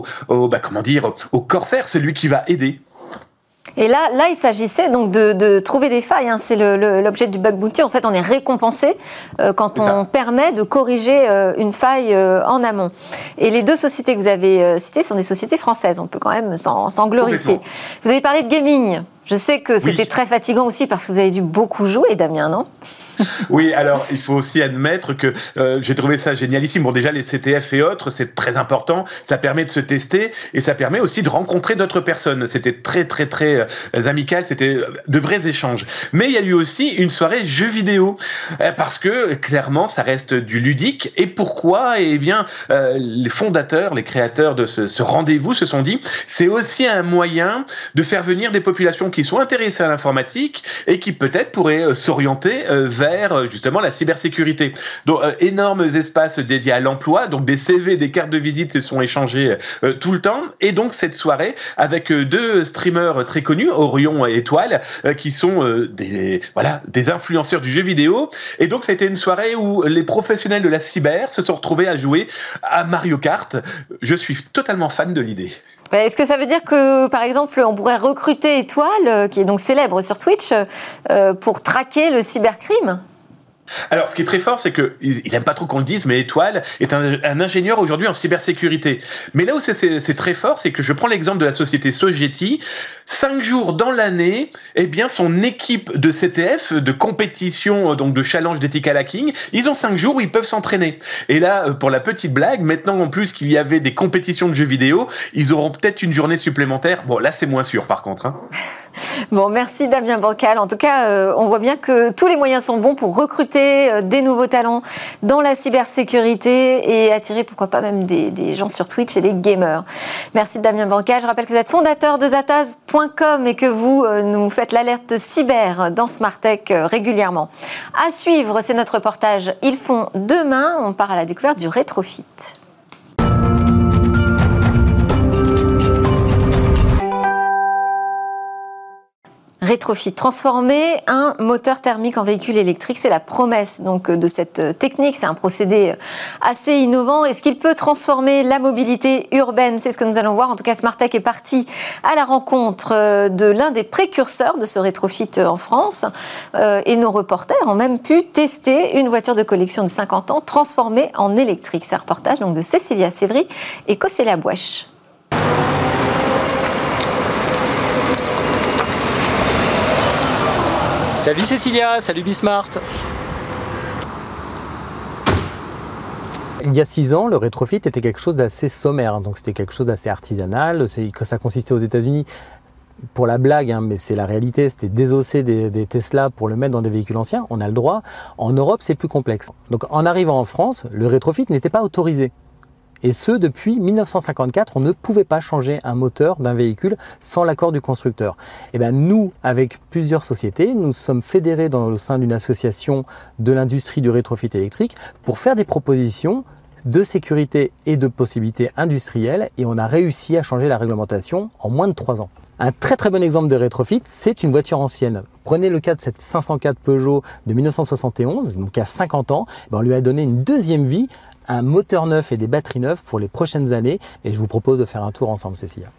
au corsaire, celui qui va aider.
Et là, il s'agissait donc de trouver des failles. C'est l'objet du bug bounty. En fait, on est récompensé quand on permet de corriger une faille en amont. Et les 2 sociétés que vous avez citées sont des sociétés françaises. On peut quand même s'en glorifier. Vous avez parlé de gaming. Je sais que c'était très fatigant aussi parce que vous avez dû beaucoup jouer, Damien, non ?
Oui, alors il faut aussi admettre que j'ai trouvé ça génialissime. Bon, déjà les CTF et autres, c'est très important. Ça permet de se tester et ça permet aussi de rencontrer d'autres personnes. C'était très très très amical. C'était de vrais échanges. Mais il y a eu aussi une soirée jeux vidéo parce que clairement, ça reste du ludique. Et pourquoi ? Les fondateurs, les créateurs de ce rendez-vous se sont dit, c'est aussi un moyen de faire venir des populations qui sont intéressées à l'informatique et qui peut-être pourraient s'orienter vers justement la cybersécurité. Donc énormes espaces dédiés à l'emploi, donc des CV, des cartes de visite se sont échangés tout le temps, et donc cette soirée avec 2 streamers très connus, Orion et Étoile, qui sont des influenceurs du jeu vidéo, et donc ça a été une soirée où les professionnels de la cyber se sont retrouvés à jouer à Mario Kart. Je suis totalement fan de l'idée.
Est-ce que ça veut dire que, par exemple, on pourrait recruter Étoile, qui est donc célèbre sur Twitch, pour traquer le cybercrime ?
Alors, ce qui est très fort, c'est qu'il n'aime pas trop qu'on le dise, mais Étoile est un ingénieur aujourd'hui en cybersécurité. Mais là où c'est très fort, c'est que je prends l'exemple de la société Sogeti. 5 jours dans l'année, son équipe de CTF, de compétition, donc de challenge d'ethical hacking, ils ont 5 jours où ils peuvent s'entraîner. Et là, pour la petite blague, maintenant en plus qu'il y avait des compétitions de jeux vidéo, ils auront peut-être une journée supplémentaire. Bon, là, c'est moins sûr par contre.
Bon, merci Damien Bancal. En tout cas, on voit bien que tous les moyens sont bons pour recruter des nouveaux talents dans la cybersécurité et attirer, pourquoi pas, même des gens sur Twitch et des gamers. Merci Damien Bancal. Je rappelle que vous êtes fondateur de Zataz.com et que vous nous faites l'alerte cyber dans Smart Tech régulièrement. À suivre, c'est notre reportage Ils font demain. On part à la découverte du rétrofit. Rétrofit, transformer un moteur thermique en véhicule électrique, c'est la promesse donc de cette technique. C'est un procédé assez innovant. Est-ce qu'il peut transformer la mobilité urbaine ? C'est ce que nous allons voir. En tout cas, Smart Tech est parti à la rencontre de l'un des précurseurs de ce rétrofit en France. Et nos reporters ont même pu tester une voiture de collection de 50 ans transformée en électrique. C'est un reportage donc de Cécilia Sévry et Cossélia Bouèche.
Salut Cécilia, salut Bismart. Il y a 6 ans, le rétrofit était quelque chose d'assez sommaire, donc c'était quelque chose d'assez artisanal, que ça consistait aux États-Unis. Pour la blague, hein, mais c'est la réalité, c'était désosser des Tesla pour le mettre dans des véhicules anciens, on a le droit. En Europe, c'est plus complexe. Donc en arrivant en France, le rétrofit n'était pas autorisé. Et ce, depuis 1954, on ne pouvait pas changer un moteur d'un véhicule sans l'accord du constructeur. Et bien nous, avec plusieurs sociétés, nous sommes fédérés au sein d'une association de l'industrie du rétrofit électrique pour faire des propositions de sécurité et de possibilités industrielles, et on a réussi à changer la réglementation en moins de 3 ans. Un très très bon exemple de rétrofit, c'est une voiture ancienne. Prenez le cas de cette 504 Peugeot de 1971, donc à 50 ans, on lui a donné une deuxième vie, un moteur neuf et des batteries neuves pour les prochaines années, et je vous propose de faire un tour ensemble, Cécilia.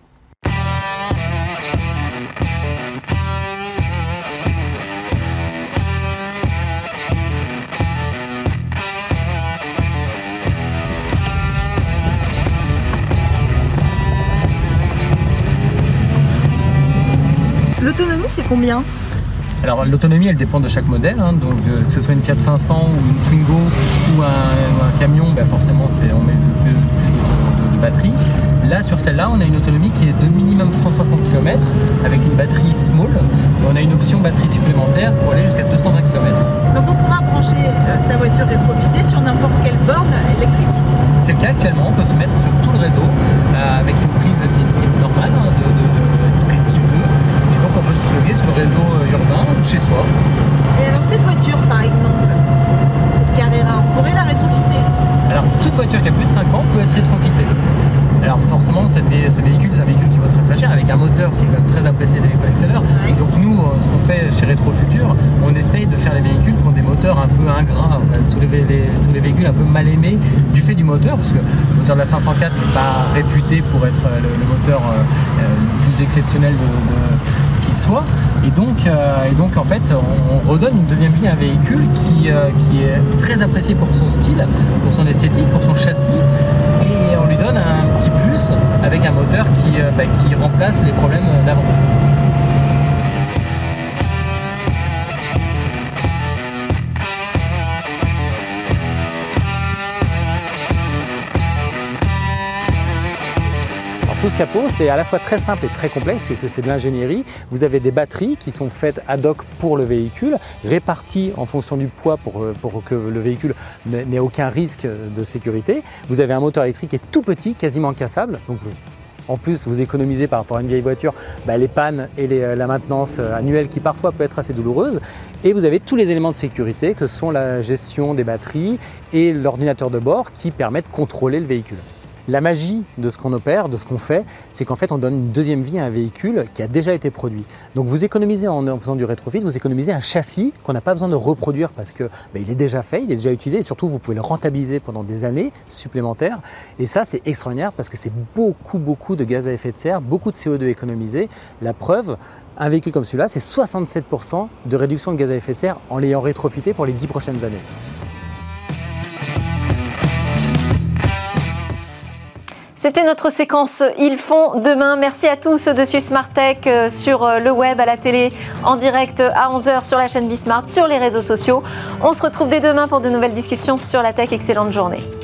L'autonomie, c'est combien?
Alors l'autonomie, elle dépend de chaque modèle, hein, donc que ce soit une Fiat 500 ou une Twingo ou un camion, forcément on met plus de batterie. Là, sur celle-là, on a une autonomie qui est de minimum 160 km avec une batterie small, et on a une option batterie supplémentaire pour aller jusqu'à 220 km.
Donc on pourra brancher sa voiture rétrofitée sur n'importe quelle borne électrique.
C'est le cas actuellement, on peut se mettre sur tout le réseau avec une prise qui est une prise normale, une prise type 2. Donc on peut se plugger sur le réseau urbain chez soi.
Et alors cette voiture par exemple, cette Carrera, on pourrait la rétrofiter?
Alors toute voiture qui a plus de 5 ans peut être rétrofitée. Alors forcément ce véhicule c'est un véhicule qui vaut très cher avec un moteur qui est quand même très apprécié des collectionneurs. Ouais. Donc nous ce qu'on fait chez Rétrofutur, on essaye de faire les véhicules qui ont des moteurs un peu ingrats, enfin, tous les véhicules un peu mal aimés du fait du moteur, parce que le moteur de la 504 n'est pas réputé pour être le moteur le plus exceptionnel qu'il soit, et donc en fait on redonne une deuxième vie à un véhicule qui est très apprécié pour son style, pour son esthétique, pour son châssis, et on lui donne un petit plus avec un moteur qui remplace les problèmes d'avant. Sous ce capot, c'est à la fois très simple et très complexe puisque c'est de l'ingénierie. Vous avez des batteries qui sont faites ad hoc pour le véhicule, réparties en fonction du poids pour que le véhicule n'ait aucun risque de sécurité. Vous avez un moteur électrique qui est tout petit, quasiment incassable. Donc en plus, vous économisez par rapport à une vieille voiture les pannes et la maintenance annuelle qui parfois peut être assez douloureuse. Et vous avez tous les éléments de sécurité que sont la gestion des batteries et l'ordinateur de bord qui permet de contrôler le véhicule. La magie de ce qu'on opère, de ce qu'on fait, c'est qu'en fait on donne une deuxième vie à un véhicule qui a déjà été produit. Donc vous économisez en faisant du rétrofit, vous économisez un châssis qu'on n'a pas besoin de reproduire parce que il est déjà fait, il est déjà utilisé et surtout vous pouvez le rentabiliser pendant des années supplémentaires. Et ça c'est extraordinaire parce que c'est beaucoup de gaz à effet de serre, beaucoup de CO2 économisé. La preuve, un véhicule comme celui-là, c'est 67% de réduction de gaz à effet de serre en l'ayant rétrofité pour les 10 prochaines années.
C'était notre séquence Ils font demain. Merci à tous de suivre Smart Tech sur le web, à la télé, en direct à 11h sur la chaîne Bismart, sur les réseaux sociaux. On se retrouve dès demain pour de nouvelles discussions sur la tech. Excellente journée.